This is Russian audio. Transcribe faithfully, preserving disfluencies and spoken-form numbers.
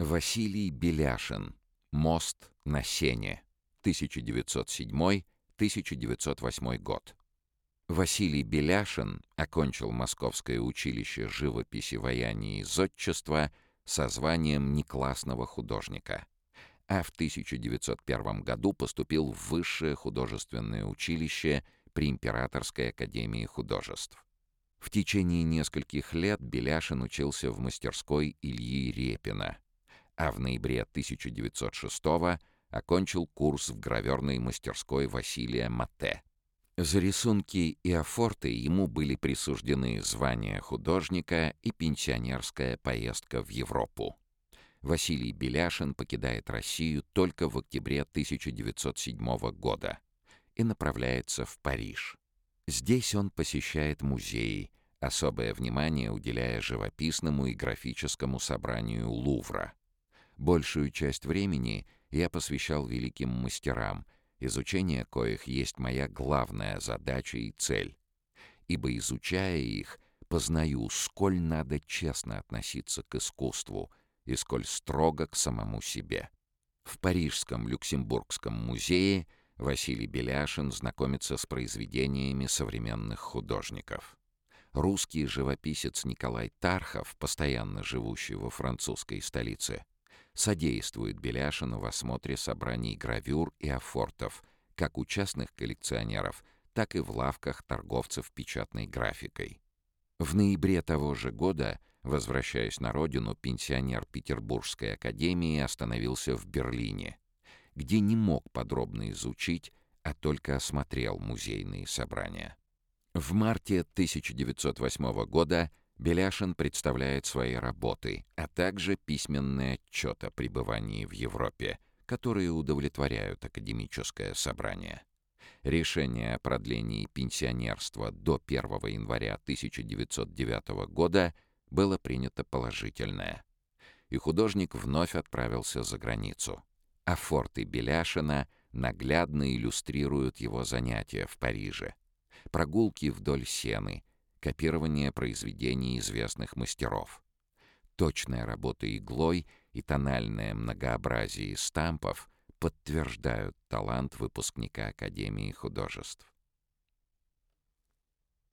Василий Беляшин. «Мост на Сене». тысяча девятьсот седьмой — тысяча девятьсот восьмой год. Василий Беляшин окончил Московское училище живописи, ваяния и зодчества со званием неклассного художника, а в тысяча девятьсот первом году поступил в Высшее художественное училище при Императорской академии художеств. В течение нескольких лет Беляшин учился в мастерской Ильи Репина, а в ноябре тысяча девятьсот шестого окончил курс в граверной мастерской Василия Матте. За рисунки и афорты ему были присуждены звание художника и пенсионерская поездка в Европу. Василий Беляшин покидает Россию только в октябре тысяча девятьсот седьмого года и направляется в Париж. Здесь он посещает музеи, особое внимание уделяя живописному и графическому собранию Лувра. Большую часть времени я посвящал великим мастерам, изучение коих есть моя главная задача и цель, ибо, изучая их, познаю, сколь надо честно относиться к искусству и сколь строго к самому себе. В Парижском Люксембургском музее Василий Беляшин знакомится с произведениями современных художников. Русский живописец Николай Тархов, постоянно живущий во французской столице, содействует Беляшину в осмотре собраний гравюр и афортов как у частных коллекционеров, так и в лавках торговцев печатной графикой. В ноябре того же года, возвращаясь на родину, пенсионер Петербургской академии остановился в Берлине, где не мог подробно изучить, а только осмотрел музейные собрания. В марте тысяча девятьсот восьмого года Беляшин представляет свои работы, а также письменный отчет о пребывании в Европе, которые удовлетворяют академическое собрание. Решение о продлении пенсионерства до первого января тысяча девятьсот девятого года было принято положительное, и художник вновь отправился за границу. Афорты Беляшина наглядно иллюстрируют его занятия в Париже. Прогулки вдоль Сены, копирование произведений известных мастеров. Точная работа иглой и тональное многообразие стампов подтверждают талант выпускника Академии художеств.